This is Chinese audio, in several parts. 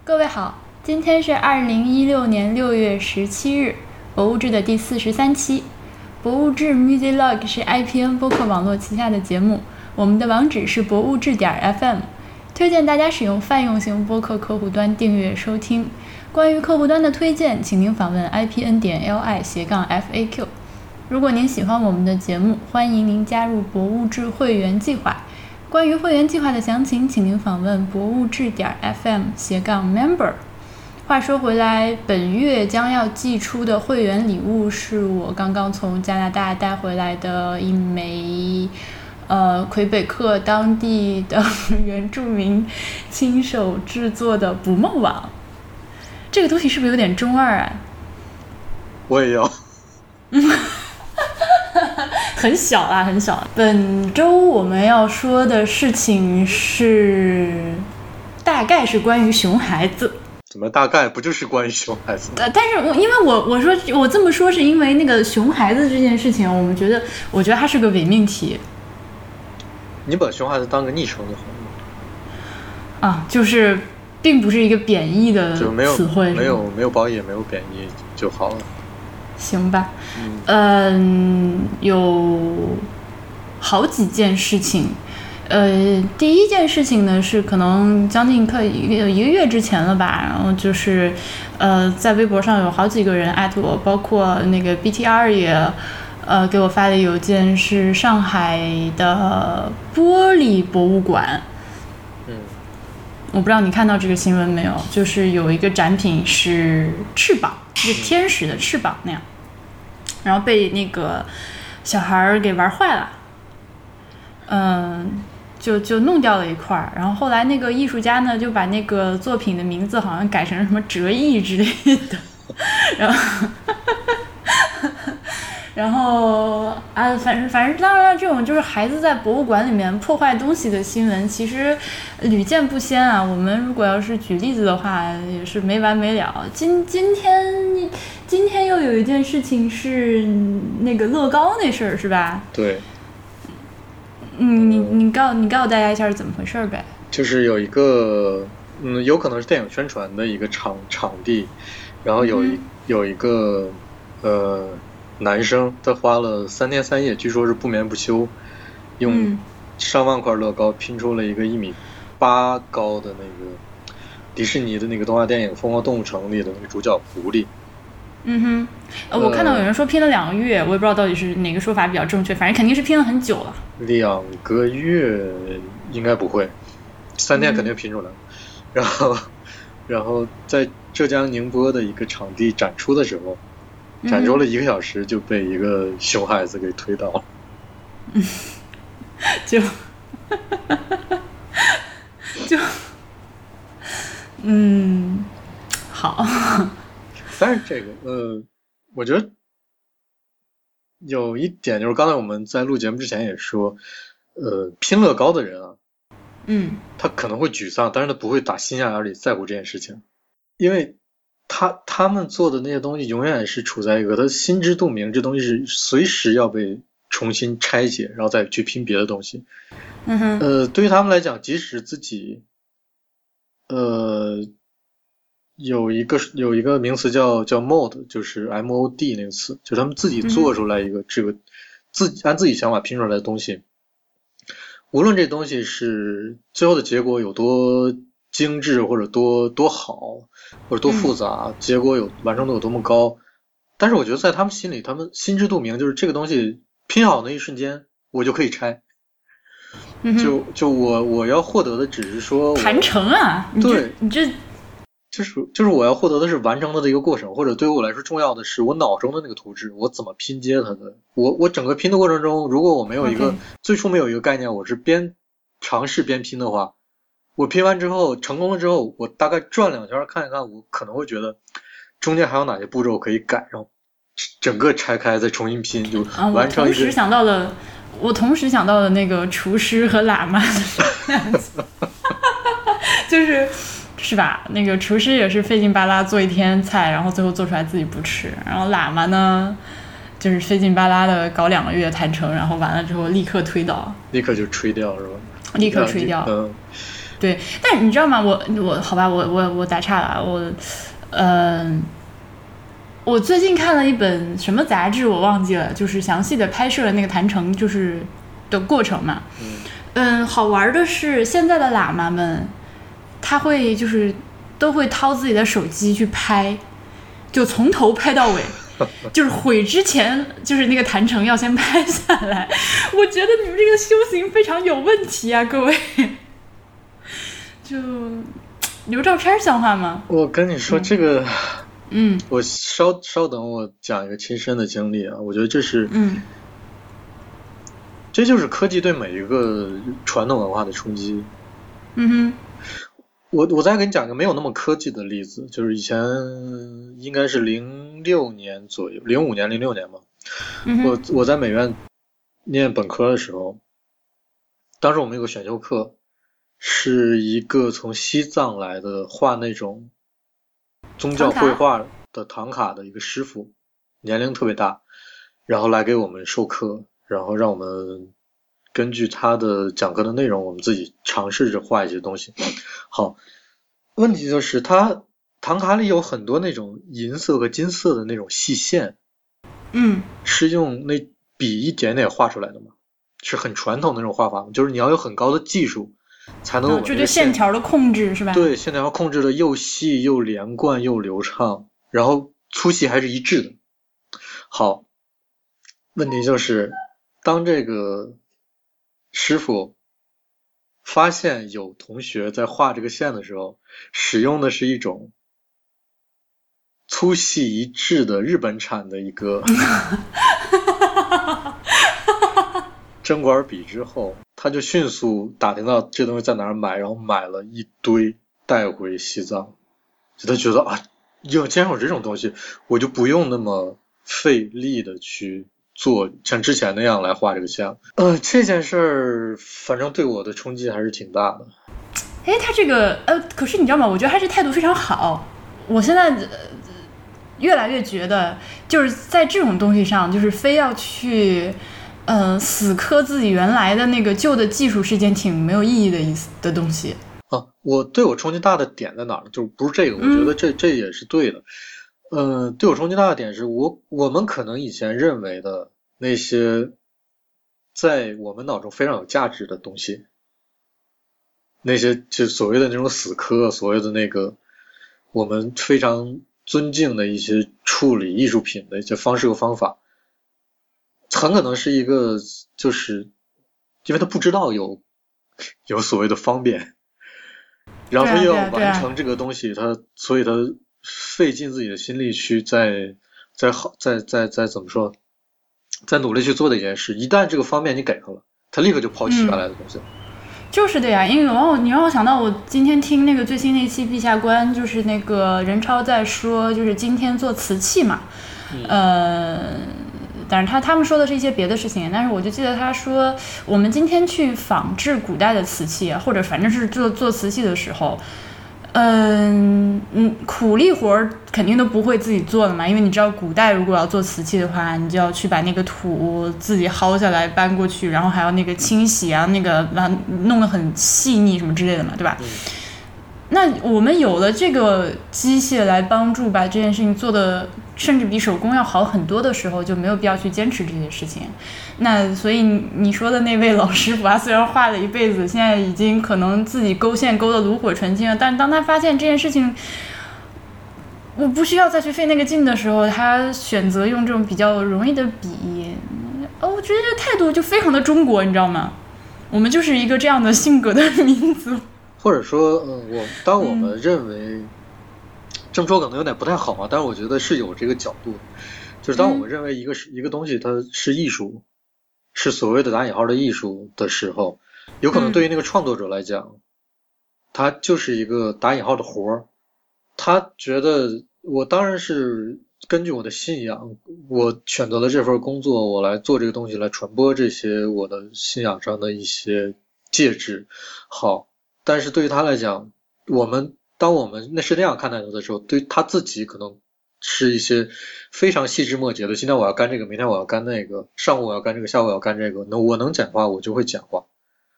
各位好，今天是2016年6月17日，博物志的第43期。博物志 Music Log 是 IPN 播客网络旗下的节目，我们的网址是博物志.fm， 推荐大家使用泛用型播客客户端订阅收听。关于客户端的推荐，请您访问 IPN.LI/FAQ。如果您喜欢我们的节目，欢迎您加入博物志会员计划。关于会员计划的详情，请您访问博物志.fm/member。话说回来，本月将要寄出的会员礼物是我刚刚从加拿大带回来的一枚魁北克当地的原住民亲手制作的捕梦网。这个东西是不是有点中二啊？ 我也要。 很小啊，很小。本周我们要说的事情是，大概是关于熊孩子。 怎么大概不就是关于熊孩子？ 但是因为我说我这么说是因为那个熊孩子这件事情，我觉得它是个伪命题。 你把熊孩子当个昵称就好了。啊，就是并不是一个贬义的词汇， 没有褒义，没有贬义就好了。行吧，有好几件事情。第一件事情呢是可能将近快一个月之前了吧，然后就是在微博上有好几个人艾特我，包括那个 BTR 也给我发的邮件，是上海的玻璃博物馆。我不知道你看到这个新闻没有，就是有一个展品是翅膀，一个天使的翅膀那样，然后被那个小孩给玩坏了，就弄掉了一块，然后后来那个艺术家呢就把那个作品的名字好像改成什么折翼之类的，然后反正当然这种就是孩子在博物馆里面破坏东西的新闻其实屡见不鲜啊。我们如果要是举例子的话也是没完没了。今天又有一件事情是那个乐高那事儿是吧？ 对。 你告诉大家一下是怎么回事呗？ 就是有一个有可能是电影宣传的一个场地，然后有一个男生他花了3天3夜，据说是不眠不休，用上万块乐高拼出了一个1.8米高的那个迪士尼的那个动画电影《疯狂动物城》里的那个主角狐狸。 我看到有人说拼了2个月，我也不知道到底是哪个说法比较正确，反正肯定是拼了很久了。 2个月应该不会，3天肯定拼出来。然后在浙江宁波的一个场地展出的时候，展出了1个小时就被一个熊孩子给推倒了。 好。 但是这个我觉得有一点就是刚才我们在录节目之前也说，拼乐高的人啊，他可能会沮丧，但是他不会打心眼里在乎这件事情，因为他们做的那些东西永远是处在一个他心知肚明，这东西是随时要被重新拆解，然后再去拼别的东西。对于他们来讲，即使自己有一个名词叫 mod， 就是 MOD 那个词，就是他们自己做出来一个这个按自己想法拼出来的东西，无论这东西是最后的结果有多精致或者多好或者多复杂，结果完成度有多么高，但是我觉得在他们心里，他们心知肚明，就是这个东西拼好那一瞬间我就可以拆。就我要获得的只是说谈成啊， 对， 你这就是我要获得的是完成的一个过程，或者对于我来说重要的是我脑中的那个图纸，我怎么拼接它的。我整个拼的过程中，如果我没有一个最初没有一个概念，我是边尝试边拼的话，我拼完之后成功了之后，我大概转2圈看一看，我可能会觉得中间还有哪些步骤可以改，然后整个拆开再重新拼，就完成一个。 我同时想到了那个厨师和喇嘛的样子，是吧？那个厨师也是费劲巴拉做一天菜，然后最后做出来自己不吃。然后喇嘛呢，就是费劲巴拉的搞2个月谈成，然后完了之后立刻推倒， 立刻就吹掉是吧？ 立刻吹掉。 对，但你知道吗？我好吧，我打岔了，我最近看了一本什么杂志，我忘记了，就是详细的拍摄了那个坛城就是的过程嘛。好玩的是现在的喇嘛们，他会就是都会掏自己的手机去拍，就从头拍到尾。就是毁之前，就是那个坛城要先拍下来。我觉得你们这个修行非常有问题啊，各位。就留照片像话吗？ 我跟你说这个，我稍等，我讲一个亲身的经历啊。我觉得这是，这就是科技对每一个传统文化的冲击。我再给你讲一个没有那么科技的例子，就是以前应该是06年左右，05年、06年吧。我在美院念本科的时候，当时我们有个选修课，是一个从西藏来的画那种宗教绘画的唐卡的一个师傅，年龄特别大，然后来给我们授课，然后让我们根据他的讲课的内容，我们自己尝试着画一些东西。好，问题就是他唐卡里有很多那种银色和金色的那种细线，是用那笔一点点画出来的嘛，是很传统的那种画法，就是你要有很高的技术才能有这对线条的控制是吧？ 对，线条控制的又细又连贯又流畅，然后粗细还是一致的。好，问题就是当这个师傅发现有同学在画这个线的时候，使用的是一种粗细一致的日本产的一个针管笔之后，他就迅速打听到这东西在哪儿买，然后买了一堆带回西藏。就他觉得啊，既然有这种东西，我就不用那么费力的去做像之前那样来画这个像。这件事儿反正对我的冲击还是挺大的。 他这个可是你知道吗？我觉得他这态度非常好。我现在越来越觉得，就是在这种东西上，就是非要去死磕自己原来的那个旧的技术，是一件挺没有意义的东西。 对我冲击大的点在哪儿？就不是这个，我觉得这也是对的。对我冲击大的点是我们可能以前认为的那些在我们脑中非常有价值的东西，那些就所谓的那种死磕，所谓的那个我们非常尊敬的一些处理艺术品的一些方式和方法，很可能是一个就是因为他不知道有所谓的方便，然后他又要完成这个东西，所以他费尽自己的心力去再怎么说，再努力去做的一件事。一旦这个方面你给他了，他立刻就抛弃原来的东西了。 就是的呀，因为你让我想到我今天听那个最新那期陛下观，就是那个任超在说，就是今天做瓷器嘛，但是他们说的是一些别的事情，但是我就记得他说，我们今天去仿制古代的瓷器啊，或者反正是做瓷器的时候，苦力活肯定都不会自己做的嘛，因为你知道古代如果要做瓷器的话，你就要去把那个土自己薅下来搬过去，然后还要那个清洗啊，那个弄得很细腻什么之类的嘛，对吧？那我们有了这个机械来帮助把这件事情做的甚至比手工要好很多的时候，就没有必要去坚持这些事情。那所以你说的那位老师傅啊，虽然画了一辈子，现在已经可能自己勾线勾得炉火纯青了，但当他发现这件事情我不需要再去费那个劲的时候，他选择用这种比较容易的笔，我觉得这态度就非常的中国，你知道吗？我们就是一个这样的性格的民族。 或者说，当我们认为，这么说可能有点不太好啊，但是我觉得是有这个角度的，就是当我们认为一个东西它是艺术，是所谓的打引号的艺术的时候，有可能对于那个创作者来讲，他就是一个打引号的活儿，他觉得我当然是根据我的信仰，我选择了这份工作，我来做这个东西，来传播这些我的信仰上的一些介质，好。但是对于他来讲，当我们是那样看待他的时候，对于他自己可能是一些非常细枝末节的，今天我要干这个，明天我要干那个，上午我要干这个，下午我要干这个，那我能简化我就会简化，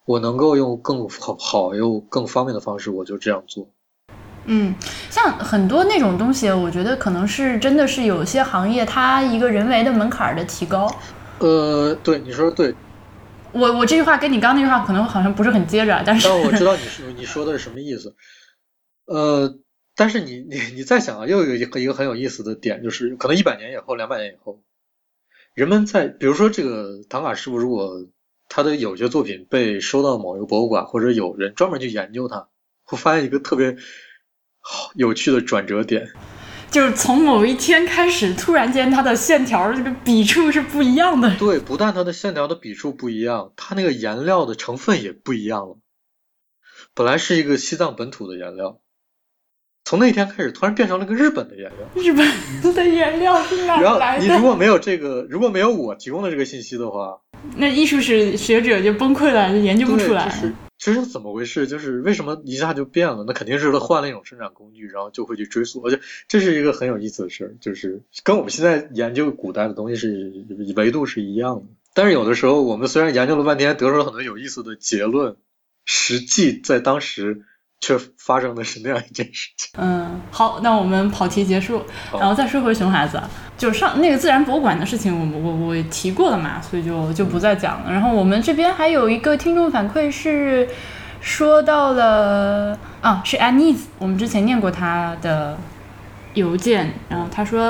我能够用更好又更方便的方式，我就这样做。 像很多那种东西，我觉得可能是真的是有些行业它一个人为的门槛的提高。 对，你说的对。 我这句话跟你刚刚那句话可能好像不是很接着，但我知道你说的是什么意思。但是你再想啊，又有一个很有意思的点，就是可能100年以后、200年以后，人们比如说这个唐卡师傅，如果他的有些作品被收到某一个博物馆，或者有人专门去研究它，会发现一个特别有趣的转折点， 就是从某一天开始，突然间它的线条这个笔触是不一样的。 对，不但它的线条的笔触不一样，它那个颜料的成分也不一样了。本来是一个西藏本土的颜料，从那一天开始突然变成了个日本的颜料。 日本的颜料是哪来的？ 然后你如果没有我提供的这个信息的话， 那艺术史学者就崩溃了，就研究不出来。 这是怎么回事？就是为什么一下就变了？那肯定是他换了一种生产工具，然后就会去追溯。而且这是一个很有意思的事儿，就是跟我们现在研究古代的东西是维度是一样的。但是有的时候我们虽然研究了半天，得出了很多有意思的结论，实际在当时却发生的是那样一件事情。 好，那我们跑题结束，然后再说回熊孩子。就上那个自然博物馆的事情我提过了嘛，所以就不再讲了。然后我们这边还有一个听众反馈是说到了是 Anise， 我们之前念过他的邮件，然后他说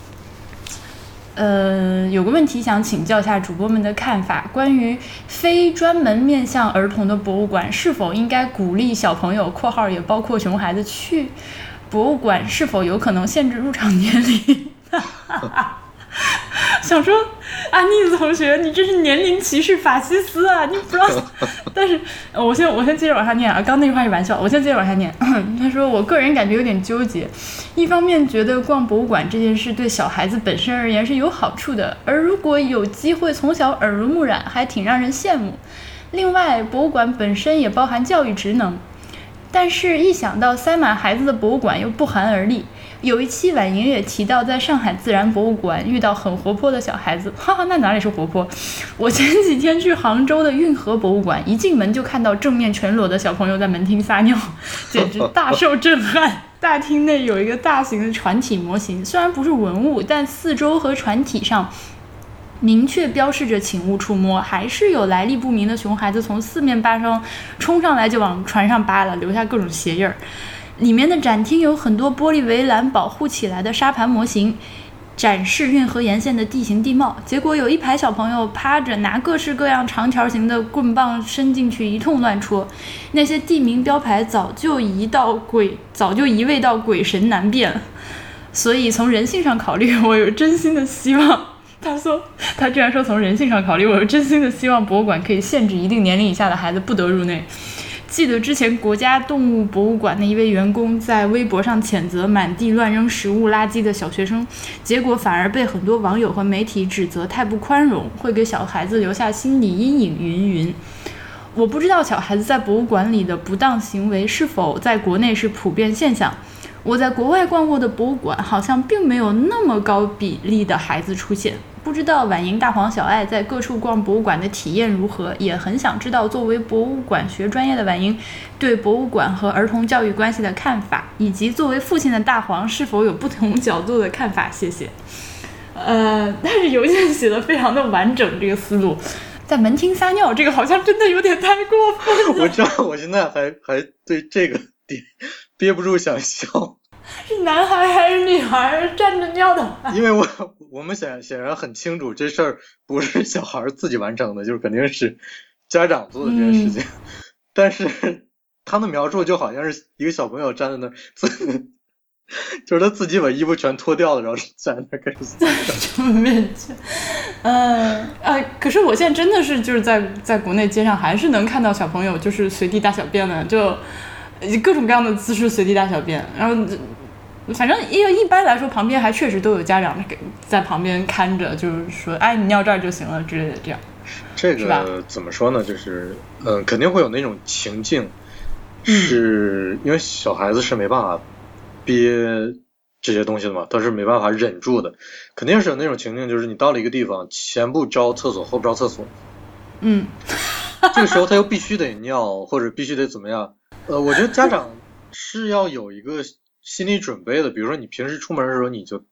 有个问题想请教一下主播们的看法，关于非专门面向儿童的博物馆是否应该鼓励小朋友（括号也包括熊孩子）去博物馆，是否有可能限制入场年龄？想说安妮子同学，你这是年龄歧视法西斯啊！你不知道，但是我先接着往下念啊，刚那句话是玩笑，我先接着往下念。他说我个人感觉有点纠结，一方面觉得逛博物馆这件事对小孩子本身而言是有好处的，而如果有机会从小耳濡目染，还挺让人羡慕。另外，博物馆本身也包含教育职能，但是一想到塞满孩子的博物馆又不寒而栗。有一期婉莹也提到在上海自然博物馆遇到很活泼的小孩子，哈哈，那哪里是活泼？我前几天去杭州的运河博物馆，一进门就看到正面全裸的小朋友在门厅撒尿，简直大受震撼。大厅内有一个大型的船体模型，虽然不是文物，但四周和船体上明确标示着请勿触摸，还是有来历不明的熊孩子从四面八方冲上来就往船上扒了，留下各种鞋印儿。里面的展厅有很多玻璃围栏保护起来的沙盘模型，展示运河沿线的地形地貌。结果有一排小朋友趴着拿各式各样长条形的棍棒伸进去一通乱戳，那些地名标牌早就移位到鬼神难辨。所以从人性上考虑，我有真心的希望，他居然说从人性上考虑，我有真心的希望博物馆可以限制一定年龄以下的孩子不得入内。记得之前国家动物博物馆的一位员工在微博上谴责满地乱扔食物垃圾的小学生，结果反而被很多网友和媒体指责太不宽容，会给小孩子留下心理阴影云云。我不知道小孩子在博物馆里的不当行为是否在国内是普遍现象，我在国外逛过的博物馆好像并没有那么高比例的孩子出现。不知道婉莹、大黄、小爱在各处逛博物馆的体验如何，也很想知道作为博物馆学专业的婉莹对博物馆和儿童教育关系的看法，以及作为父亲的大黄是否有不同角度的看法。谢谢。但是邮件写得非常的完整，这个思路。在门厅撒尿，这个好像真的有点太过分了。 我知道，我现在还对这个点憋不住想笑。 是男孩还是女孩站着尿的？ 因为我们显然很清楚，这事儿不是小孩自己完成的，就是肯定是家长做的这件事情。但是他的描述就好像是一个小朋友站在那儿，就是他自己把衣服全脱掉了，然后站在那儿开始撒尿。可是我现在真的是就是在国内街上还是能看到小朋友就是随地大小便的，就各种各样的姿势随地大小便，然后反正一般来说旁边还确实都有家长在旁边看着，就是说哎你尿这儿就行了之类的，这样。 这个怎么说呢，就是肯定会有那种情境，是因为小孩子是没办法憋这些东西的嘛，他是没办法忍住的，肯定是有那种情境，就是你到了一个地方，前不着厕所后不着厕所， 这个时候他又必须得尿，或者必须得怎么样？我觉得家长是要有一个心理准备的，比如说你平时出门的时候，你就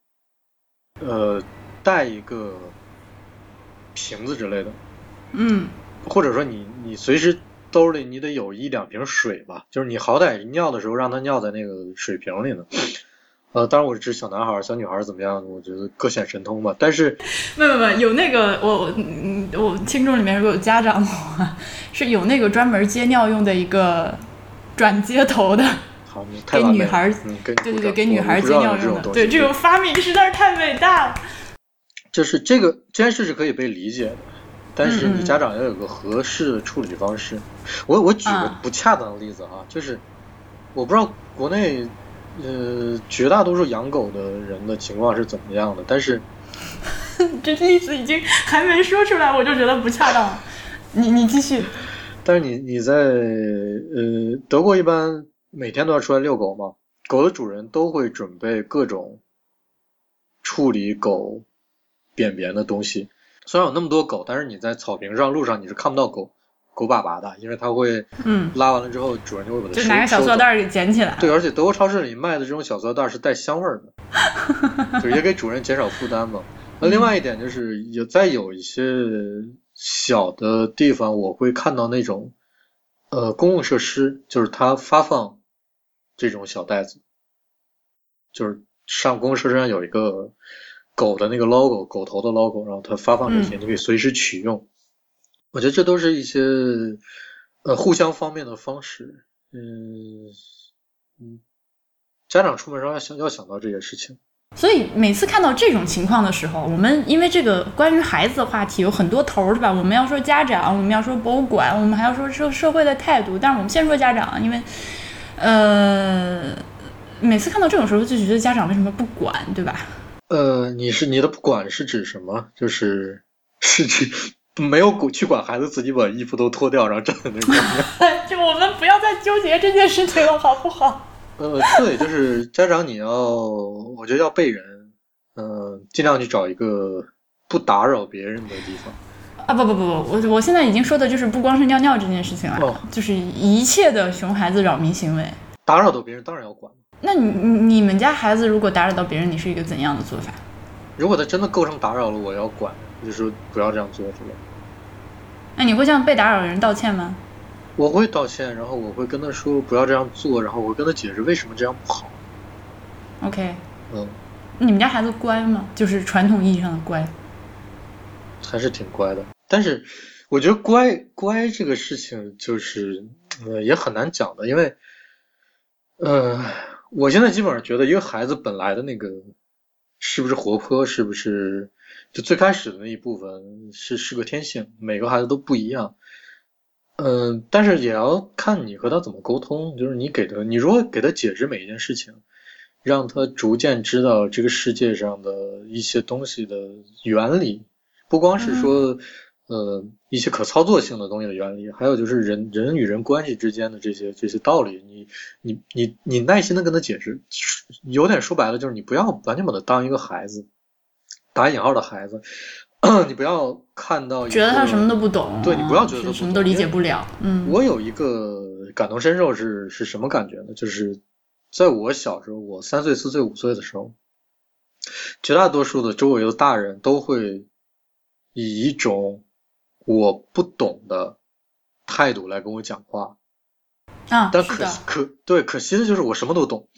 带一个瓶子之类的，或者说你随时兜里你得有1-2瓶水吧，就是你好歹尿的时候让他尿在那个水瓶里呢。当然我指小男孩，小女孩怎么样？我觉得各显神通吧。但是， 没有那个我听众里面如果有家长的话，是有那个专门接尿用的一个转接头的。 好，你太完美了。 给女孩，对，给女孩接尿用的。对，这种发明实在是太伟大了。 就是这件事是可以被理解的，但是你家长要有个合适的处理方式。我举个不恰当的例子哈，就是我不知道国内。绝大多数养狗的人的情况是怎么样的？但是这例子已经还没说出来，我就觉得不恰当。你继续。 但是你在德国一般每天都要出来遛狗嘛，狗的主人都会准备各种处理狗便便的东西。虽然有那么多狗，但是你在草坪上路上你是看不到狗粑粑的，因为它会拉完了之后主人就会把它就拿个小塑料袋给捡起来。 对，而且德国超市里卖的这种小塑料袋是带香味的，就也给主人减少负担嘛。那另外一点就是有一些小的地方我会看到那种公共设施，就是它发放这种小袋子，就是上公共设施上有一个狗的那个 logo， 狗头的 logo， 然后它发放这些，你可以随时取用。我觉得这都是一些互相方便的方式。家长出门时候要想到这些事情。 所以每次看到这种情况的时候，我们因为这个关于孩子的话题有很多头，对吧？我们要说家长，我们要说博物馆，我们还要说社会的态度。但是我们先说家长，因为每次看到这种时候就觉得家长为什么不管，对吧？ 你的不管是指什么？是指没有去管孩子自己把衣服都脱掉然后站在那边。 就我们不要再纠结这件事情了，好不好？ 对，就是家长我觉得要备人，尽量去找一个不打扰别人的地方。 啊不，我现在已经说的就是不光是尿尿这件事情了，就是一切的熊孩子扰民行为。 打扰到别人当然要管。 那你们家孩子如果打扰到别人，你是一个怎样的做法？ 如果他真的构成打扰了，我要管，就是说不要这样做之类的。 那你会向被打扰的人道歉吗？ 我会道歉，然后我会跟他说不要这样做，然后我会跟他解释为什么这样不好。 OK。你们家孩子乖吗？就是传统意义上的乖。 还是挺乖的，但是我觉得乖这个事情就是也很难讲的，因为我现在基本上觉得一个孩子本来的那个是不是活泼，是不是就最开始的那一部分是个天性，每个孩子都不一样。但是也要看你和他怎么沟通，就是你如果给他解释每一件事情，让他逐渐知道这个世界上的一些东西的原理，不光是说一些可操作性的东西的原理，还有就是人与人关系之间的这些道理，你耐心的跟他解释，有点说白了就是你不要完全把他当一个孩子，打引号的孩子。你不要看到觉得他什么都不懂， 对，你不要觉得他什么都理解不了。 我有一个感同身受是什么感觉呢？就是在我小时候，我3岁、4岁、5岁的时候，绝大多数的周围的大人都会以一种我不懂的态度来跟我讲话。但可惜的就是我什么都懂。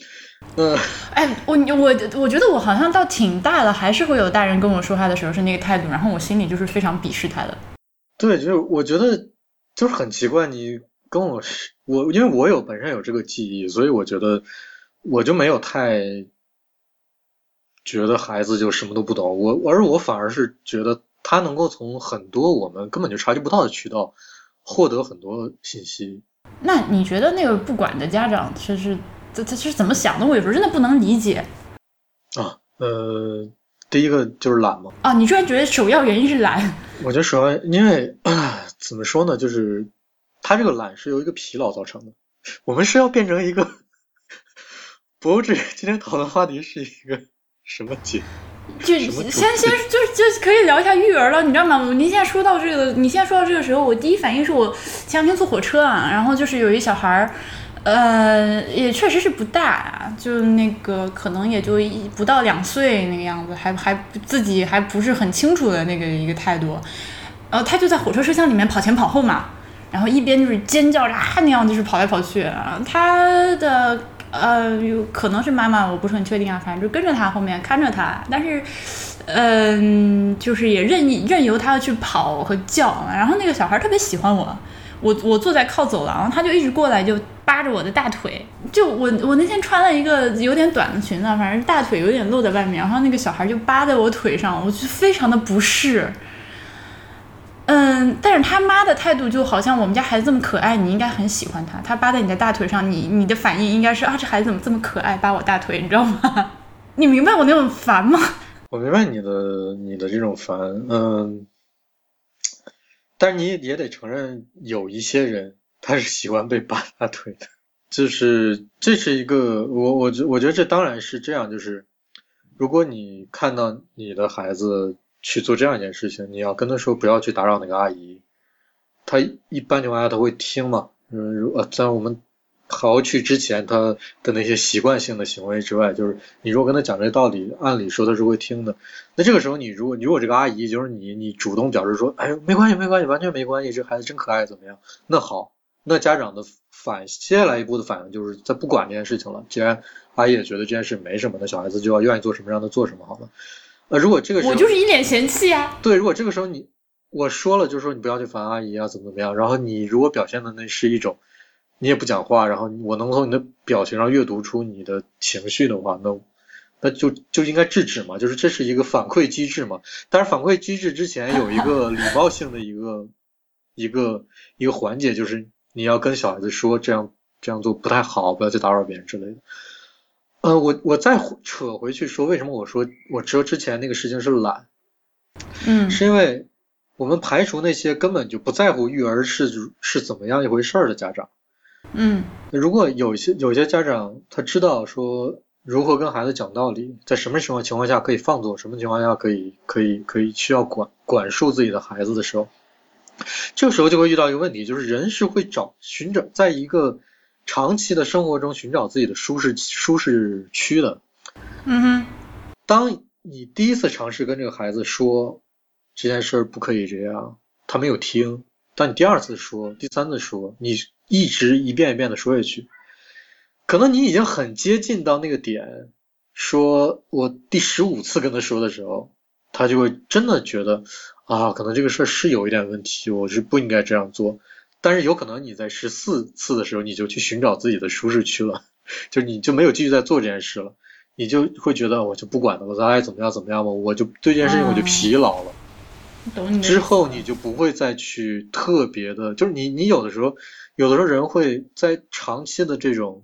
我觉得我好像到挺大了，还是会有大人跟我说话的时候是那个态度，然后我心里就是非常鄙视他的。 对，就是我觉得就是很奇怪，你跟我因为我本身有这个记忆，所以我觉得我就没有太觉得孩子就什么都不懂，而我反而是觉得他能够从很多我们根本就察觉不到的渠道获得很多信息。 那你觉得那个不管的家长他是怎么想的？我有时候真的不能理解。 第一个就是懒嘛。 你居然觉得首要原因是懒？ 我觉得首要因为怎么说呢，就是他这个懒是由一个疲劳造成的。我们是要变成一个博物志今天讨论话题是一个什么节？ 就先就可以聊一下育儿了，你知道吗？你现在说到这个时候，我第一反应是我前两天坐火车啊，然后就是有一小孩也确实是不大啊，就那个可能也就不到2岁那个样子，还自己还不是很清楚的那个一个态度，他就在火车车厢里面跑前跑后嘛，然后一边就是尖叫着那样就是跑来跑去，他的有可能是妈妈，我不是很确定啊，反正就跟着他后面看着他，但是就是也任由他去跑和叫，然后那个小孩特别喜欢我坐在靠走廊，他就一直过来就扒着我的大腿，就我那天穿了一个有点短的裙子，反正大腿有点露在外面，然后那个小孩就扒在我腿上，我就非常的不适。但是他妈的态度就好像我们家孩子这么可爱，你应该很喜欢他。他扒在你的大腿上，你的反应应该是这孩子怎么这么可爱，扒我大腿，你知道吗？你明白我那种烦吗？ 我明白你的这种烦，但是你也得承认，有一些人他是喜欢被扒大腿的，就是这是一个我觉得这当然是这样，就是如果你看到你的孩子去做这样一件事情，你要跟他说不要去打扰那个阿姨，他一般情况下他会听嘛，在我们刨去之前他的那些习惯性的行为之外，就是你如果跟他讲这个道理，按理说他是会听的。那这个时候你如果这个阿姨就是你主动表示说，哎呦没关系，完全没关系，这孩子真可爱怎么样？那好，那家长的接下来一步的反应就是再不管这件事情了，既然阿姨也觉得这件事没什么，那小孩子就要愿意做什么让他做什么好了。如果这个时候我就是一脸嫌弃啊。 对，如果这个时候我说了就是说你不要去烦阿姨啊怎么样，然后你如果表现的那是一种你也不讲话，然后我能从你的表情上阅读出你的情绪的话，那就应该制止嘛，就是这是一个反馈机制嘛。但是反馈机制之前有一个礼貌性的一个环节，就是你要跟小孩子说这样做不太好，不要去打扰别人之类的。我再扯回去说，为什么我说我知道之前那个事情是懒，是因为我们排除那些根本就不在乎育儿是怎么样一回事的家长。如果有些家长他知道说如何跟孩子讲道理，在什么情况下可以放纵，什么情况下可以需要管束自己的孩子的时候，这个时候就会遇到一个问题，就是人是会寻找在一个长期的生活中寻找自己的舒适区的。当你第一次尝试跟这个孩子说这件事不可以这样，他没有听，当你第二次说，第三次说，你一直一遍一遍的说下去，可能你已经很接近到那个点，说我第15次跟他说的时候，他就会真的觉得可能这个事是有一点问题，我是不应该这样做。但是有可能你在14次的时候你就去寻找自己的舒适区了，就你就没有继续在做这件事了，你就会觉得我就不管了，我爱怎么样怎么样吧，我就对这件事情我就疲劳了。之后你就不会再去特别的，就是你有的时候人会在长期的这种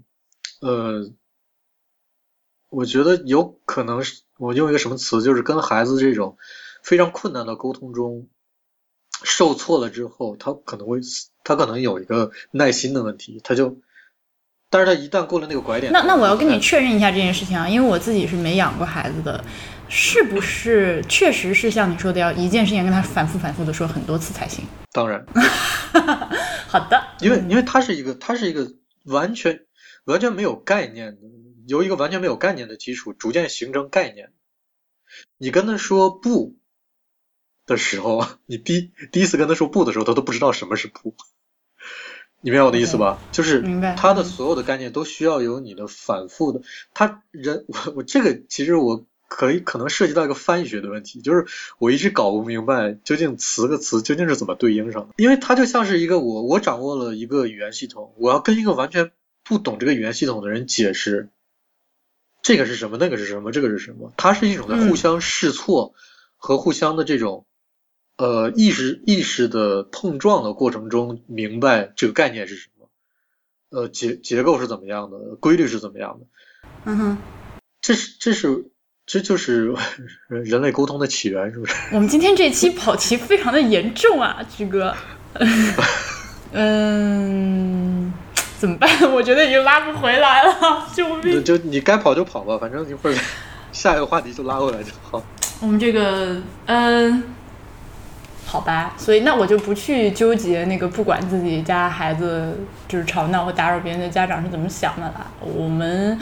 我觉得有可能是我用一个什么词，就是跟孩子这种非常困难的沟通中受挫了之后，他可能有一个耐心的问题，但是他一旦过了那个拐点， 那我要跟你确认一下这件事情啊，因为我自己是没养过孩子的，是不是确实是像你说的要一件事情跟他反复的说很多次才行？ 当然好的， 因为它是一个完全没有概念的，由一个完全没有概念的基础逐渐形成概念。你跟他说不的时候，你第一次跟他说不的时候，他都不知道什么是不，你明白我的意思吧？就是他的所有的概念都需要有你的反复的。我这个其实我可能涉及到一个翻译学的问题，就是我一直搞不明白究竟词和词究竟是怎么对应上的，因为它就像是一个我掌握了一个语言系统，我要跟一个完全不懂这个语言系统的人解释这个是什么，那个是什么，这个是什么，它是一种在互相试错和互相的这种意识的碰撞的过程中明白这个概念是什么，结构是怎么样的，规律是怎么样的。这就是人类沟通的起源，是不是？ 我们今天这期跑题非常的严重啊，菊哥。怎么办？我觉得已经拉不回来了，救命！ 就你该跑就跑吧，反正一会儿下一个话题就拉回来就好。 我们这个好吧，所以那我就不去纠结那个不管自己家孩子就是吵闹或打扰别人的家长是怎么想的啦。我们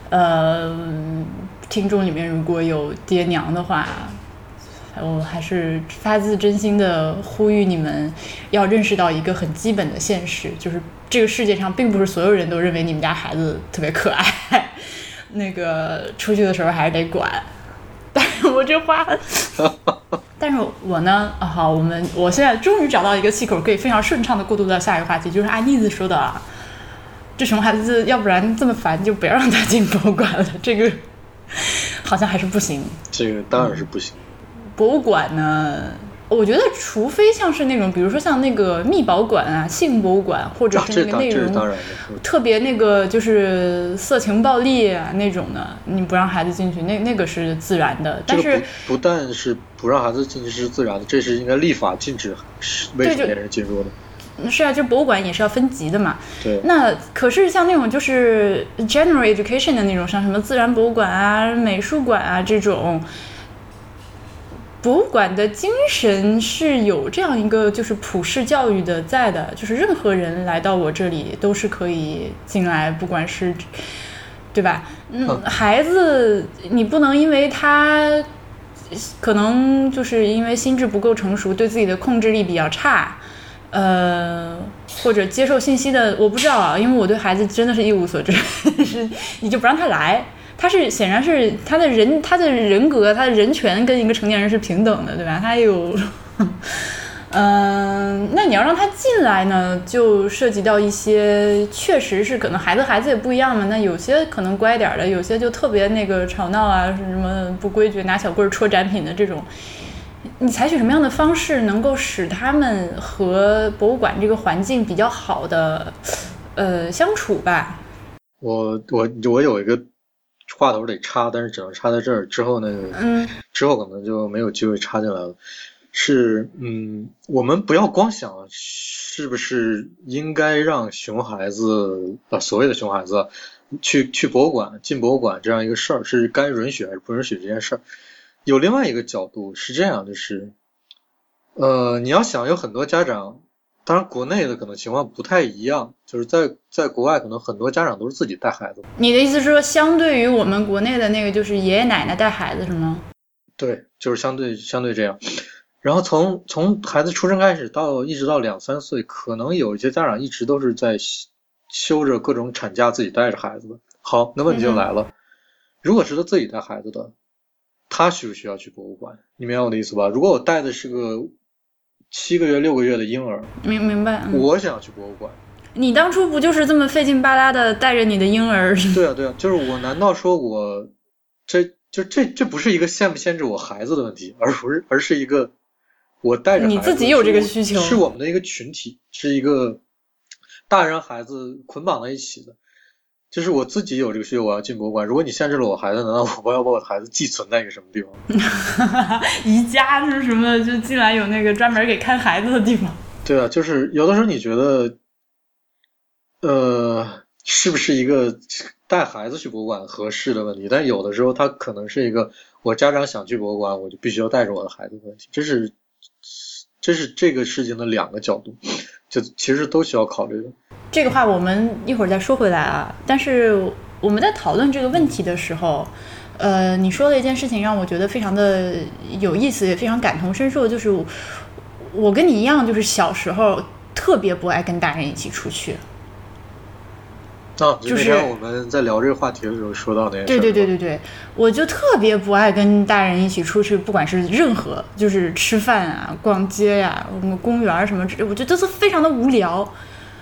听众里面如果有爹娘的话，我还是发自真心的呼吁你们要认识到一个很基本的现实，就是这个世界上并不是所有人都认为你们家孩子特别可爱，那个出去的时候还是得管。但是我这话但是我呢好，我现在终于找到一个气口，可以非常顺畅的过渡到下一个话题，就是阿妮子说的啊，这熊孩子要不然这么烦就不要让他进博物馆了，这个好像还是不行。 这个当然是不行。 博物馆呢，我觉得除非像是那种比如说像那个秘宝馆啊、性博物馆，或者是那个内容特别那个就是色情暴力啊那种的，你不让孩子进去，那个是自然的。但是、 这个、不但是不让孩子进去是自然的，这是应该立法禁止未成年人进入的。 是啊，就博物馆也是要分级的嘛。 对。 那可是像那种就是 general education 的那种，像什么自然博物馆啊、美术馆啊这种，博物馆的精神是有这样一个就是普世教育的在的，就是任何人来到我这里都是可以进来，不管是对吧？孩子你不能因为他可能就是因为心智不够成熟，对自己的控制力比较差，或者接受信息的我不知道啊，因为我对孩子真的是一无所知是你就不让他来，他是显然是他的人格他的人权跟一个成年人是平等的，对吧？他有那你要让他进来呢，就涉及到一些确实是可能孩子也不一样嘛，那有些可能乖点的，有些就特别那个吵闹啊，什么不规矩拿小棍戳展品的这种，你采取什么样的方式能够使他们和博物馆这个环境比较好的相处吧？ 我有一个话头得插，但是只能插在这儿，之后呢，之后可能就没有机会插进来了。是我们不要光想是不是应该让熊孩子所谓的熊孩子去博物馆进博物馆这样一个事儿，是该允许还是不允许这件事儿。有另外一个角度是这样，就是你要想有很多家长，当然国内的可能情况不太一样，就是在国外可能很多家长都是自己带孩子。你的意思是说相对于我们国内的那个就是爷爷奶奶带孩子是吗？ 对，就是相对这样。然后从孩子出生开始一直到2-3岁，可能有一些家长一直都是在休着各种产假自己带着孩子的。好，那问题就来了，如果是他自己带孩子的，他需不需要去博物馆？你明白我的意思吧？如果我带的是个7个月6个月的婴儿， 明白， 我想要去博物馆。 你当初不就是这么费劲巴拉的带着你的婴儿？ 对啊，就是我难道说我这不是一个限不限制我孩子的问题，而是一个我带着孩子， 你自己有这个需求， 是我们的一个群体，是一个大人孩子捆绑在一起的。就是我自己有这个需求，我要进博物馆。如果你限制了我孩子，难道我要把我的孩子寄存在一个什么地方？ 宜家是什么？就进来有那个专门给看孩子的地方。 对啊，就是有的时候你觉得，是不是一个带孩子去博物馆合适的问题？但有的时候它可能是一个我家长想去博物馆，我就必须要带着我的孩子的问题。这是这个事情的2个角度，就其实都需要考虑的。 这个话我们一会儿再说回来啊。但是我们在讨论这个问题的时候，你说了一件事情让我觉得非常的有意思，也非常感同身受，就是我跟你一样，就是小时候特别不爱跟大人一起出去。 就是那天我们在聊这个话题的时候说到那件事。 对，我就特别不爱跟大人一起出去，不管是任何就是吃饭啊、逛街呀、公园什么，我觉得是非常的无聊。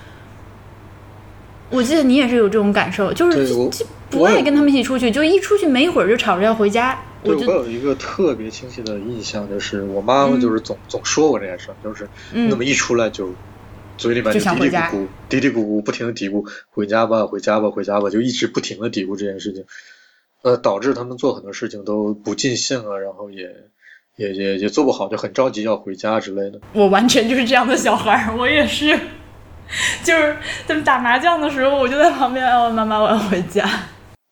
我记得你也是有这种感受，就是不爱跟他们一起出去，就一出去没一会儿就吵着要回家。 对，我有一个特别清晰的印象，就是我妈妈就是总说我这件事，就是那么一出来就嘴里面就嘀嘀咕咕不停的嘀咕回家吧，就一直不停的嘀咕这件事情，导致他们做很多事情都不尽兴啊，然后也做不好，就很着急要回家之类的。 我完全就是这样的小孩，我也是。就是他们打麻将的时候，我就在旁边，妈妈我要回家。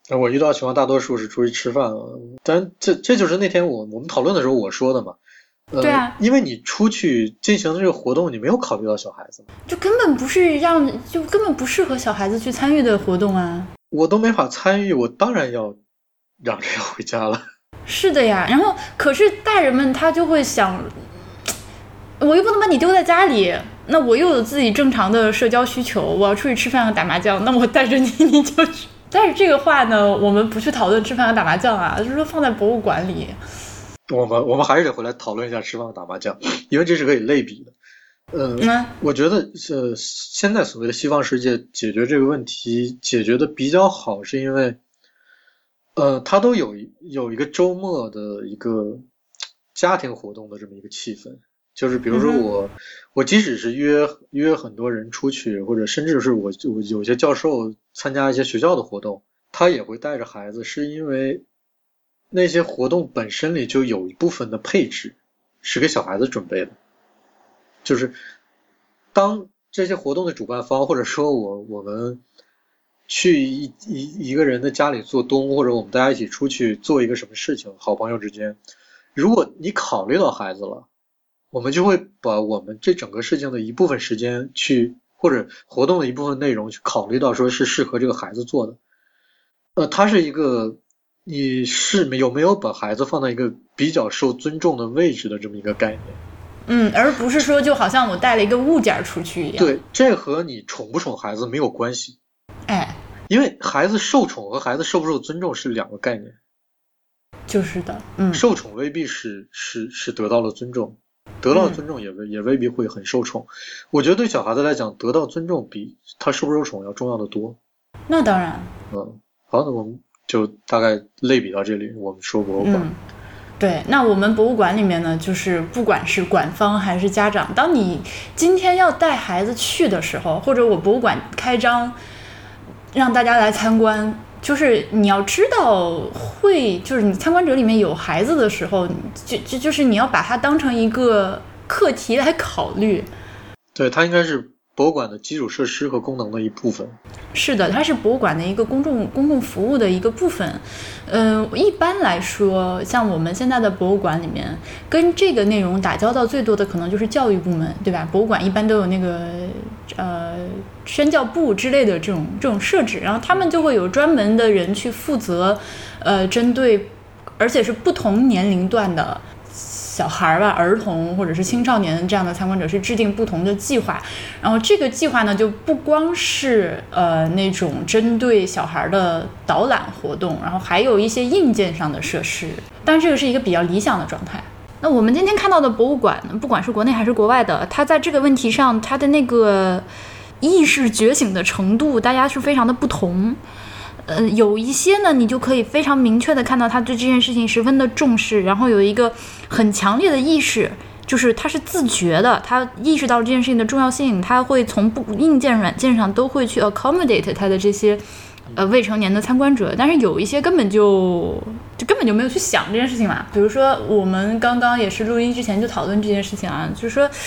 我遇到情况大多数是出去吃饭了，但这就是那天我们讨论的时候我说的嘛。 对啊， 因为你出去进行这个活动，你没有考虑到小孩子嘛， 就根本不适合小孩子去参与的活动啊。 我都没法参与，我当然要嚷着要回家了。 是的呀，然后可是大人们他就会想，我又不能把你丢在家里，那我又有自己正常的社交需求，我要出去吃饭和打麻将，那我带着你就去。但是这个话呢，我们不去讨论吃饭和打麻将啊，就是说放在博物馆里。 我们还是得回来讨论一下吃饭打麻将，因为这是可以类比的。我觉得现在所谓的西方世界解决这个问题解决的比较好，是因为它都有一个周末的一个家庭活动的这么一个气氛，就是比如说我即使是约很多人出去，或者甚至是我有些教授参加一些学校的活动，他也会带着孩子，是因为那些活动本身里就有一部分的配置是给小孩子准备的，就是当这些活动的主办方，或者说我们去一个人的家里做东，或者我们大家一起出去做一个什么事情，好朋友之间，如果你考虑到孩子了，我们就会把我们这整个事情的一部分时间去，或者活动的一部分内容去考虑到说是适合这个孩子做的。它是一个你是有没有把孩子放在一个比较受尊重的位置的这么一个概念。 而不是说就好像我带了一个物件出去一样。 对，这和你宠不宠孩子没有关系。因为孩子受宠和孩子受不受尊重是两个概念。 就是的， 受宠未必是得到了尊重，得到尊重也未必会很受宠。我觉得对小孩子来讲，得到尊重比他受不受宠要重要的多。 那当然。 好，那我们就大概类比到这里，我们说博物馆。 对，那我们博物馆里面呢，就是不管是馆方还是家长，当你今天要带孩子去的时候，或者我博物馆开张让大家来参观，就是你要知道就是你参观者里面有孩子的时候，就是你要把它当成一个课题来考虑。 对，它应该是博物馆的基础设施和功能的一部分。 是的，它是博物馆的一个公共服务的一个部分。一般来说，像我们现在的博物馆里面，跟这个内容打交道最多的可能就是教育部门，对吧？博物馆一般都有那个宣教部之类的这种设置，然后他们就会有专门的人去负责，针对而且是不同年龄段的小孩吧、儿童或者是青少年这样的参观者是制定不同的计划，然后这个计划呢就不光是那种针对小孩的导览活动，然后还有一些硬件上的设施，但这个是一个比较理想的状态。那我们今天看到的博物馆，不管是国内还是国外的，它在这个问题上，它的那个意识觉醒的程度，大家是非常的不同。有一些呢，你就可以非常明确的看到他对这件事情十分的重视，然后有一个很强烈的意识，就是他是自觉的，他意识到这件事情的重要性，他会从硬件软件上都会去 accommodate 他的这些未成年的参观者。但是有一些根本就没有去想这件事情嘛。比如说我们刚刚也是录音之前就讨论这件事情啊，就是说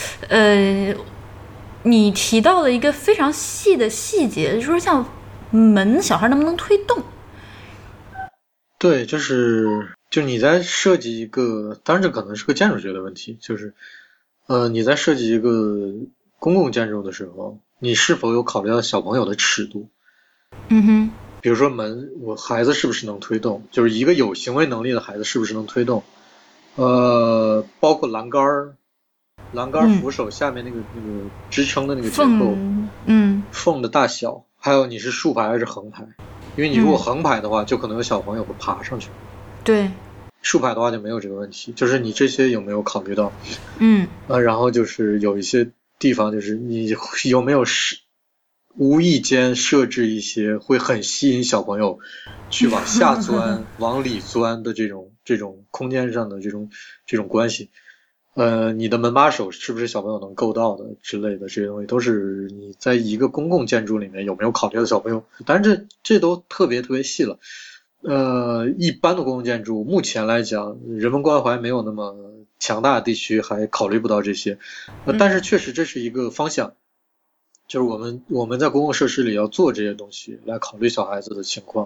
你提到了一个非常细的细节，就是说像门小孩能不能推动。 对，就你在设计一个，当然这可能是个建筑学的问题，就是你在设计一个公共建筑的时候，你是否有考虑到小朋友的尺度。比如说门，孩子是不是能推动，就是一个有行为能力的孩子是不是能推动，包括栏杆扶手下面那个支撑的那个结构，缝的大小，还有你是竖排还是横排，因为你如果横排的话，就可能有小朋友会爬上去。 对， 竖排的话就没有这个问题，就是你这些有没有考虑到？然后就是有一些地方，就是你有没有无意间设置一些会很吸引小朋友去往下钻、往里钻的这种空间上的这种关系。你的门把手是不是小朋友能够到的之类的，这些东西都是你在一个公共建筑里面有没有考虑到小朋友。当然这都特别细了。一般的公共建筑目前来讲，人文关怀没有那么强大的地区还考虑不到这些。但是确实这是一个方向，就是我们在公共设施里要做这些东西来考虑小孩子的情况。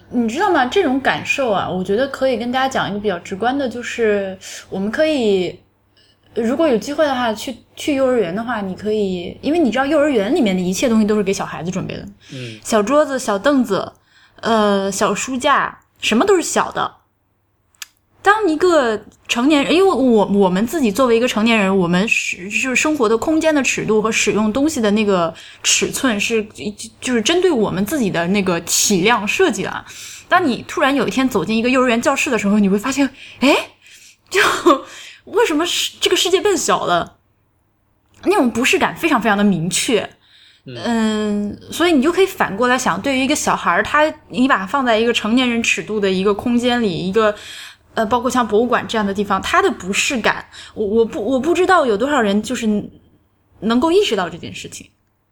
你知道吗？这种感受啊，我觉得可以跟大家讲一个比较直观的，就是我们可以，如果有机会的话，去幼儿园的话，你可以，因为你知道幼儿园里面的一切东西都是给小孩子准备的，小桌子、小凳子，小书架，什么都是小的。当一个成年人，因为我们自己作为一个成年人，我们就是生活的空间的尺度和使用东西的那个尺寸就是针对我们自己的那个体量设计的。当你突然有一天走进一个幼儿园教室的时候，你会发现，就为什么这个世界变小了？那种不适感非常非常的明确。所以你就可以反过来想，对于一个小孩，你把他放在一个成年人尺度的一个空间里，一个包括像博物馆这样的地方，他的不适感，我不知道有多少人就是能够意识到这件事情。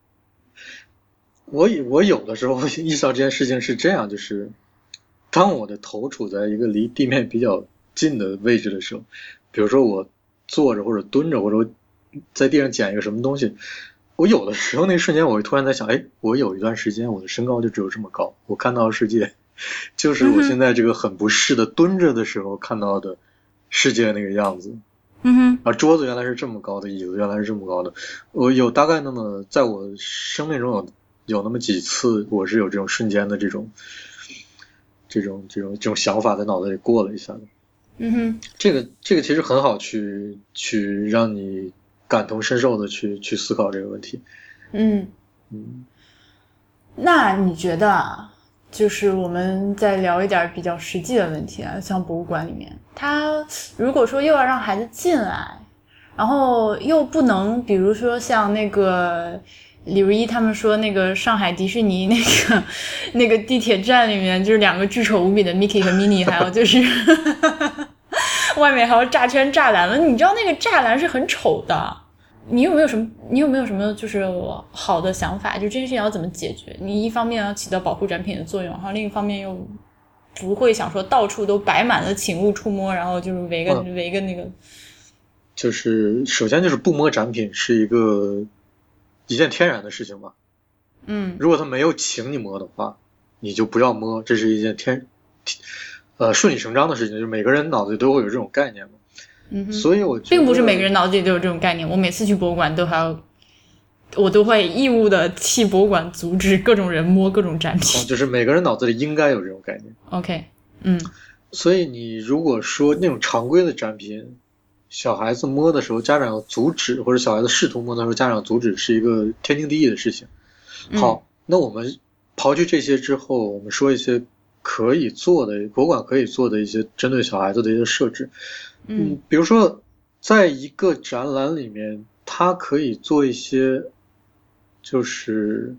我有的时候意识到这件事情是这样，就是当我的头处在一个离地面比较近的位置的时候，比如说我坐着或者蹲着，或者在地上捡一个什么东西，我有的时候那瞬间我会突然在想，我有一段时间我的身高就只有这么高，我看到的世界就是我现在这个很不适的蹲着的时候看到的世界那个样子。而桌子原来是这么高的，椅子原来是这么高的。我有大概那么在我生命中有那么几次，我是有这种瞬间的这种想法在脑子里过了一下的。这个其实很好去让你感同身受的去思考这个问题。 那你觉得就是我们再聊一点比较实际的问题啊，像博物馆里面，它如果说又要让孩子进来，然后又不能，比如说像那个李如一他们说那个上海迪士尼那个地铁站里面，就是两个巨丑无比的 Mickey 和 Minnie， 还有就是外面还有栅圈栅栏了，你知道那个栅栏是很丑的。你有没有什么就是好的想法？就这件事情要怎么解决？你一方面要起到保护展品的作用，然后另一方面又不会想说到处都摆满了请勿触摸，然后就是围个那个。 就是首先就是不摸展品是一件天然的事情嘛。如果他没有请你摸的话，你就不要摸，这是一件顺理成章的事情，就是每个人脑子里都会有这种概念嘛。所以我觉得并不是每个人脑子里都有这种概念。我每次去博物馆我都会义务的替博物馆阻止各种人摸各种展品。 就是每个人脑子里应该有这种概念。 OK， 所以你如果说那种常规的展品，小孩子摸的时候家长要阻止，或者小孩子试图摸的时候家长要阻止，是一个天经地义的事情。好，那我们刨去这些之后，我们说一些可以做的博物馆可以做的一些针对小孩子的一些设置。比如说在一个展览里面，它可以做一些就是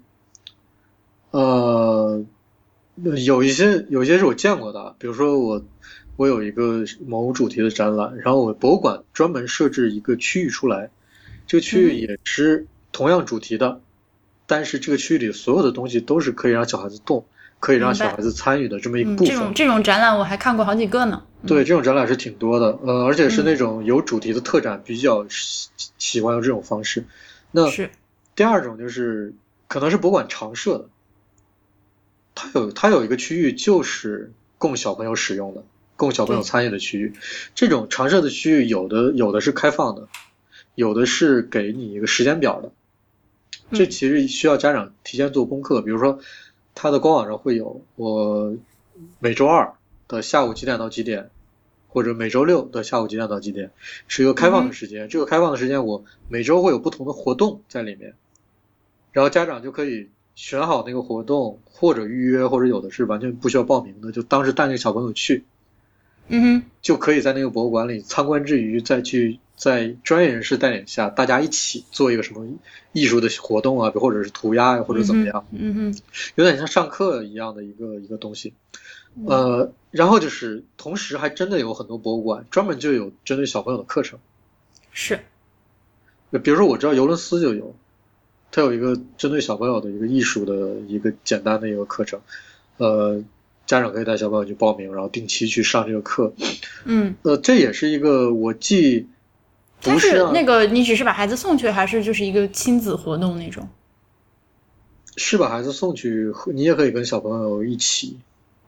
有一些是我见过的，比如说我有一个某主题的展览，然后我博物馆专门设置一个区域出来，这个区域也是同样主题的，但是这个区域里所有的东西都是可以让小孩子动，可以让小孩子参与的这么一个部分。 这种展览我还看过好几个呢。 对，这种展览是挺多的，而且是那种有主题的特展，比较喜欢用这种方式。那第二种就是可能是博物馆常设的，它有一个区域就是供小朋友使用的，供小朋友参与的区域。这种常设的区域有的是开放的，有的是给你一个时间表的。这其实需要家长提前做功课，比如说它的官网上会有我每周二的下午几点到几点，或者每周六的下午几点到几点，是一个开放的时间。这个开放的时间我每周会有不同的活动在里面，然后家长就可以选好那个活动，或者预约，或者有的是完全不需要报名的，就当时带那个小朋友去，就可以在那个博物馆里参观之余再去在专业人士带领下，大家一起做一个什么艺术的活动啊，或者是涂鸦呀，或者怎么样，有点像上课一样的一个东西。然后就是同时还真的有很多博物馆专门就有针对小朋友的课程。是，比如说我知道尤伦斯就有，它有一个针对小朋友的一个艺术的一个简单的一个课程，家长可以带小朋友去报名，然后定期去上这个课。这也是一个我既不是那个你只是把孩子送去，还是就是一个亲子活动那种？ 是把孩子送去，你也可以跟小朋友一起。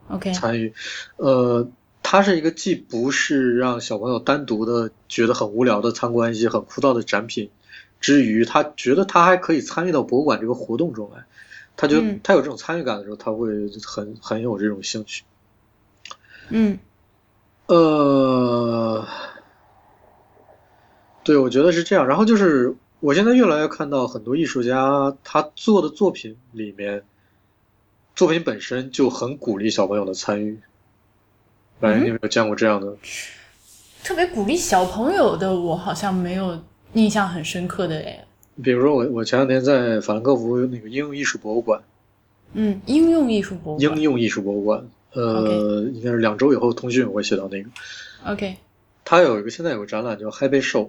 OK， 参与。它是一个既不是让小朋友单独的觉得很无聊的参观一些很枯燥的展品之余，他觉得他还可以参与到博物馆这个活动中来。他觉得他有这种参与感的时候，他会很有这种兴趣。对，我觉得是这样。然后就是我现在越来越看到很多艺术家他做的作品里面，作品本身就很鼓励小朋友的参与。你有没有见过这样的？ 特别鼓励小朋友的，我好像没有印象很深刻的哎。 比如说我前两天在法兰克福那个应用艺术博物馆。 应用艺术博物馆。 应该是2周以后通讯我会写到那个。 OK。 它现在有个展览叫 Happy Show。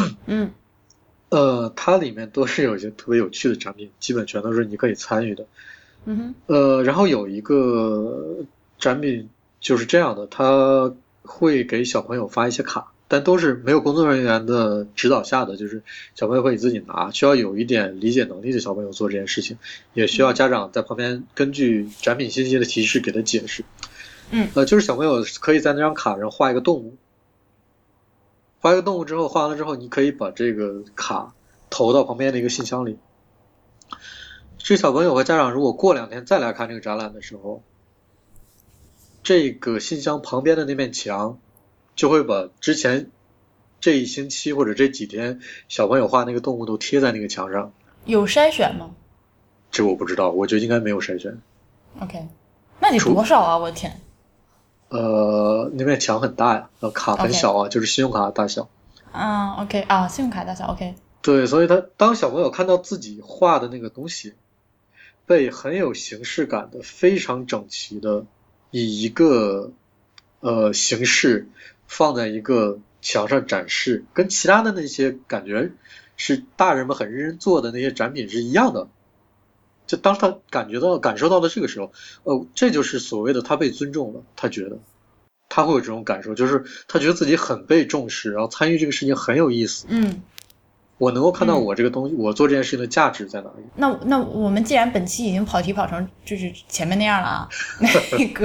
它里面都是有一些特别有趣的展品，基本全都是你可以参与的。然后有一个展品就是这样的，他会给小朋友发一些卡，但都是没有工作人员的指导下的，就是小朋友可以自己拿，需要有一点理解能力的小朋友做这件事情，也需要家长在旁边根据展品信息的提示给他解释。就是小朋友可以在那张卡上画一个动物，画一个动物之后，画完了之后，你可以把这个卡投到旁边的一个信箱里。这小朋友和家长如果过2天再来看这个展览的时候，这个信箱旁边的那面墙就会把之前这1星期或者这几天小朋友画那个动物都贴在那个墙上。 有筛选吗？ 这我不知道，我觉得应该没有筛选。 OK， 那得多少啊？我天！ 那面墙很大呀，卡很小啊， 就是信用卡的大小。 OK 信用卡大小 OK。 对，所以当小朋友看到自己画的那个东西被很有形式感的、非常整齐的以一个形式放在一个墙上展示，跟其他的那些感觉是大人们很认真做的那些展品是一样的。就当他感受到的这个时候，这就是所谓的他被尊重了。他觉得他会有这种感受，就是他觉得自己很被重视，然后参与这个事情很有意思。我能够看到我这个东西，我做这件事情的价值在哪里。 那我们既然本期已经跑题跑成就是前面那样了啊，那个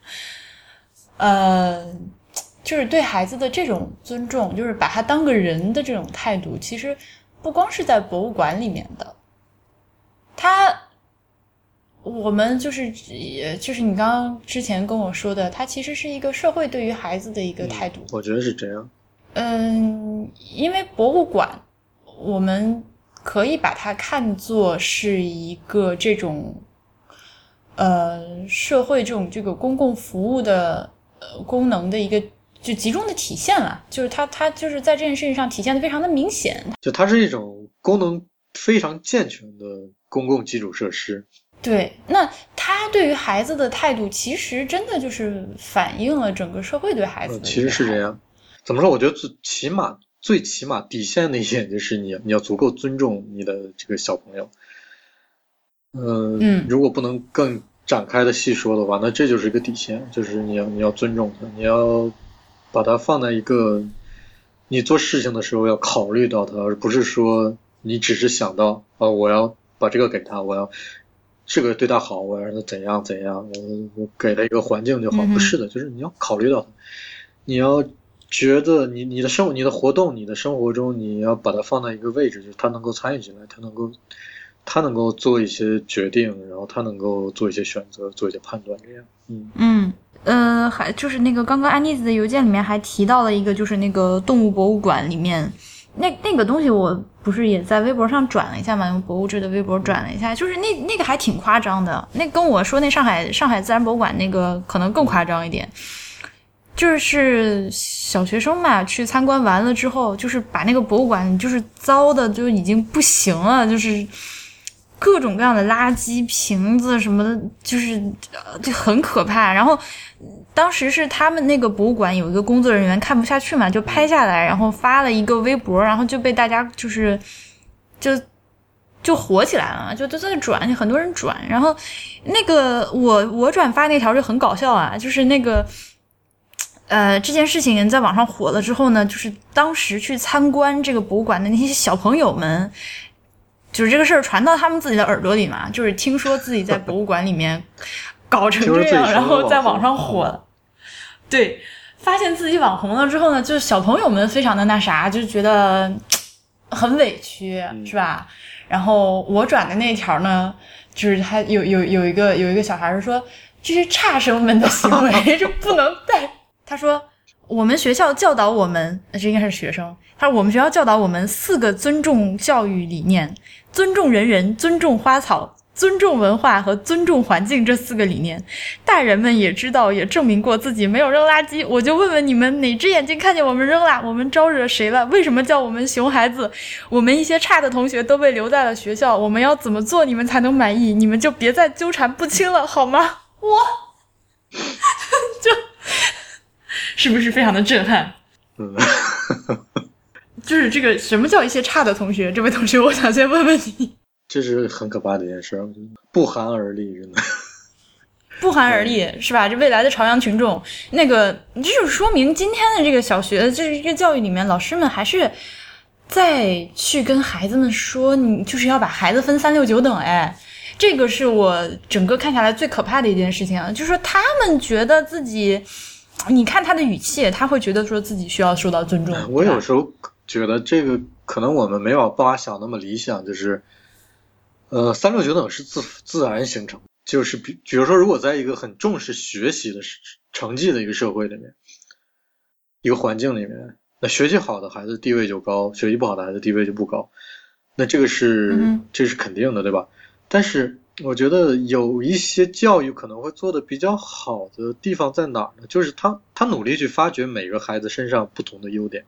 就是对孩子的这种尊重，就是把他当个人的这种态度，其实不光是在博物馆里面的，我们就是你刚刚之前跟我说的，它其实是一个社会对于孩子的一个态度。 我觉得是这样。 因为博物馆我们可以把它看作是一个这种社会这个公共服务的功能的一个就集中的体现了，就是它就是在这件事情上体现的非常的明显。 就它是一种功能非常健全的公共基础设施。 对，那他对于孩子的态度其实真的就是反映了整个社会对孩子的其实是这样。怎么说，我觉得最起码底线的一点就是你要足够尊重你的这个小朋友。如果不能更展开的细说的话，那这就是一个底线，就是你要尊重他，你要把它放在一个你做事情的时候要考虑到他，而不是说你只是想到我要把这个给他，我要这个对他好，我要让他怎样怎样，我给他一个环境就好。不是的，就是你要考虑到他，你要觉得你的活动，你的生活中，你要把它放在一个位置，就是他能够参与进来，他能够做一些决定，然后他能够做一些选择，做一些判断，这样。 还就是那个刚刚安妮子的邮件里面还提到了一个，就是那个动物博物馆里面那个东西，我不是也在微博上转了一下嘛，用博物志的微博转了一下，就是那个还挺夸张的，那跟我说那上海自然博物馆那个可能更夸张一点。就是小学生嘛，去参观完了之后，就是把那个博物馆就是糟的就已经不行了，就是各种各样的垃圾瓶子什么的，就是就很可怕。然后当时是他们那个博物馆有一个工作人员看不下去嘛，就拍下来，然后发了一个微博，然后就被大家就火起来了，就在转，很多人转。然后那个我转发那条就很搞笑啊，就是那个这件事情在网上火了之后呢，就是当时去参观这个博物馆的那些小朋友们，就是这个事儿传到他们自己的耳朵里嘛，就是听说自己在博物馆里面搞成这样，然后在网上火了。对，发现自己网红了之后呢，就是小朋友们非常的那啥，就觉得很委屈，是吧？然后我转的那条呢，就是他有一个小孩说，这是差生们的行为，这不能带。他说我们学校教导我们，这应该是学生。他说我们学校教导我们4个尊重教育理念：尊重人人、尊重花草、尊重文化和尊重环境这4个理念。大人们也知道，也证明过自己没有扔垃圾。我就问问你们，哪只眼睛看见我们扔了？我们招惹谁了？为什么叫我们熊孩子？我们一些差的同学都被留在了学校，我们要怎么做你们才能满意？你们就别再纠缠不清了，好吗？哇，是不是非常的震撼？就是这个什么叫一些差的同学？这位同学，我想先问问你， 这是很可怕的一件事，不寒而栗，真的。 不寒而栗是吧？这未来的朝阳群众，那个这就是说明今天的这个小学这个教育里面，老师们还是在去跟孩子们说，你就是要把孩子分3、6、9等。哎，这个是我整个看下来最可怕的一件事情啊！就是说他们觉得自己，你看他的语气，他会觉得说自己需要受到尊重。 我有时候觉得这个可能我们没有办法想那么理想，就是3、6、9等是自然形成，就是比如说，如果在一个很重视学习的成绩的一个社会里面，一个环境里面，那学习好的孩子地位就高，学习不好的孩子地位就不高，那这是肯定的，对吧？但是我觉得有一些教育可能会做的比较好的地方在哪儿呢？就是他努力去发掘每个孩子身上不同的优点。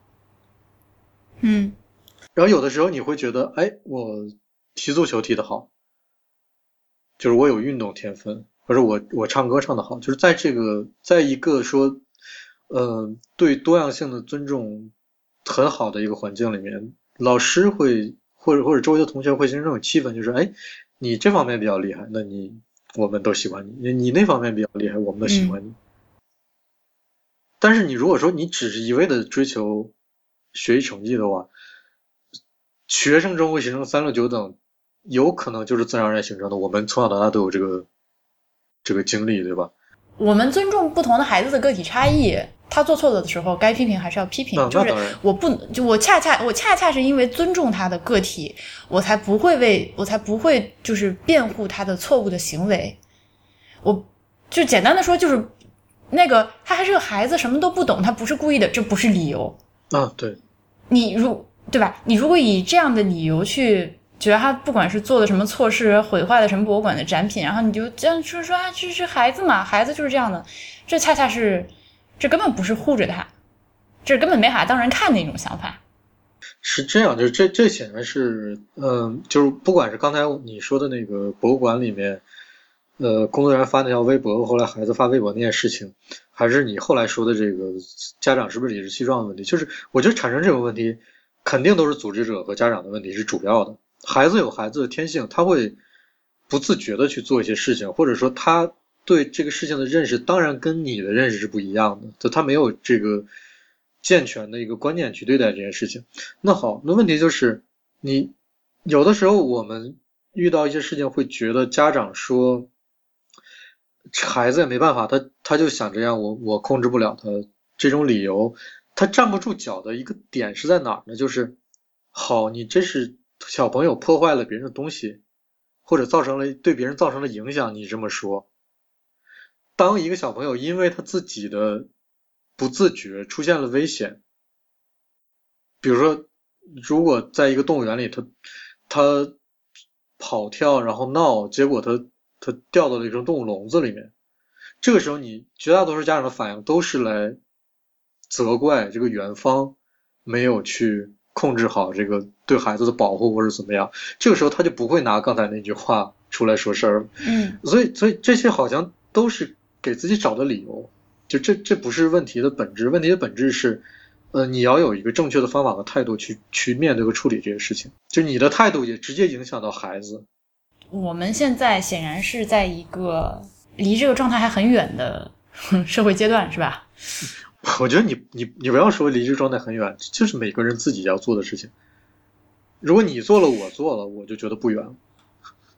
然后有的时候你会觉得，哎，我踢足球踢得好，就是我有运动天分，或者我唱歌唱得好，就是在一个说对多样性的尊重很好的一个环境里面，老师会或者周围的同学会形成这种气氛，就是哎，你这方面比较厉害，那我们都喜欢你；你那方面比较厉害，我们都喜欢你。但是你如果说你只是一味的追求学习成绩的话，学生中会形成3、6、9等，有可能就是自然而然形成的。我们从小到大都有这个经历，对吧？ 我们尊重不同的孩子的个体差异，他做错了的时候该批评还是要批评。就是我恰恰是因为尊重他的个体，我才不会就是辩护他的错误的行为。我就简单的说，就是那个他还是个孩子，什么都不懂，他不是故意的，这不是理由啊。对， 对吧？你如果以这样的理由去觉得他不管是做了什么错事，毁坏了什么博物馆的展品，然后你就这样说啊，这是孩子嘛，孩子就是这样的，这恰恰是这根本不是护着他，这根本没法当人看的一种想法。 是这样，就是这显然是就是不管是刚才你说的那个博物馆里面工作人员发那条微博，后来孩子发微博那件事情，还是你后来说的这个家长是不是理直气壮的问题，就是我觉得产生这种问题肯定都是组织者和家长的问题是主要的。孩子有孩子的天性，他会不自觉的去做一些事情，或者说他对这个事情的认识当然跟你的认识是不一样的，就他没有这个健全的一个观念去对待这件事情。那好，那问题就是你有的时候我们遇到一些事情会觉得家长说孩子也没办法，他就想这样，我控制不了他，这种理由他站不住脚的一个点是在哪儿呢？就是好，你这是小朋友破坏了别人的东西，或者对别人造成了影响，你这么说。当一个小朋友因为他自己的不自觉出现了危险，比如说如果在一个动物园里他跑跳然后闹，结果他掉到了一种动物笼子里面，这个时候你绝大多数家长的反应都是来责怪这个园方没有去控制好这个对孩子的保护或者怎么样，这个时候他就不会拿刚才那句话出来说事儿。所以这些好像都是给自己找的理由，就这不是问题的本质，问题的本质是你要有一个正确的方法和态度去面对和处理这些事情，就你的态度也直接影响到孩子。 我们现在显然是在一个离这个状态还很远的社会阶段，是吧？ 我觉得你不要说离这个状态很远，就是每个人自己要做的事情。如果你做了我做了，我就觉得不远了。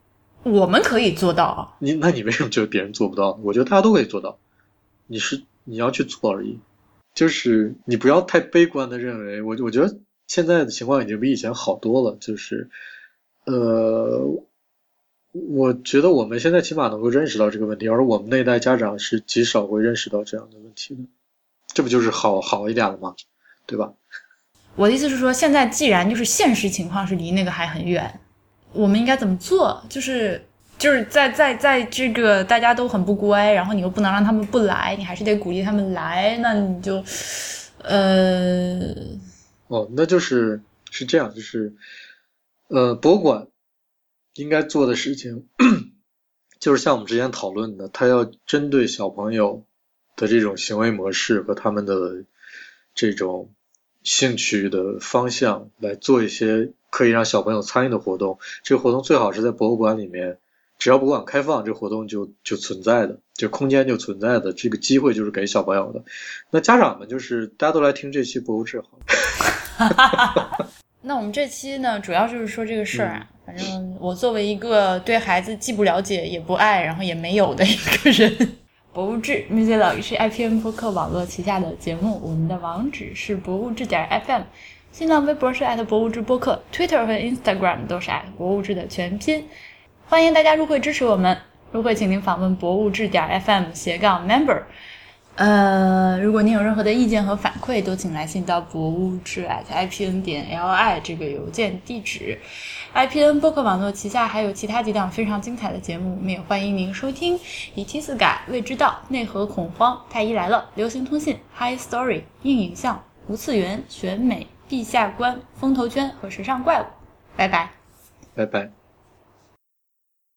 我们可以做到。 那你为什么觉得别人做不到？我觉得大家都可以做到，你要去做而已。就是你不要太悲观的认为，我觉得现在的情况已经比以前好多了。就是我觉得我们现在起码能够认识到这个问题，而我们那一代家长是极少会认识到这样的问题的，这不就是好一点了吗？对吧？ 我的意思是说，现在既然就是现实情况是离那个还很远，我们应该怎么做？就是在这个大家都很不乖，然后你又不能让他们不来，你还是得鼓励他们来，那你就那是这样，就是博物馆应该做的事情就是像我们之前讨论的，他要针对小朋友的这种行为模式和他们的这种兴趣的方向来做一些可以让小朋友参与的活动。这个活动最好是在博物馆里面，只要博物馆开放，这个活动就存在的，这空间就存在的，这个机会就是给小朋友的。那家长们就是大家都来听这期博物志好了。 那我们这期呢，主要就是说这个事儿啊。反正我作为一个对孩子既不了解也不爱，然后也没有的一个人。博物志 Music 是 IPN 播客网络旗下的节目，我们的网址是博物志.fm， 新浪微博是博物志播客， Twitter 和 Instagram 都是博物志的全拼。欢迎大家入会支持我们，入会请您访问博物志.fm/member。如果您有任何的意见和反馈，都请来信到博物志@ipn.li 这个邮件地址。IPN 播客网络旗下还有其他几档非常精彩的节目，我们也欢迎您收听。以梯四改、未知道、内核恐慌、太医来了、流行通信、High Story、硬影像、无次元、选美、陛下观、风投圈和时尚怪物。拜拜。 拜拜。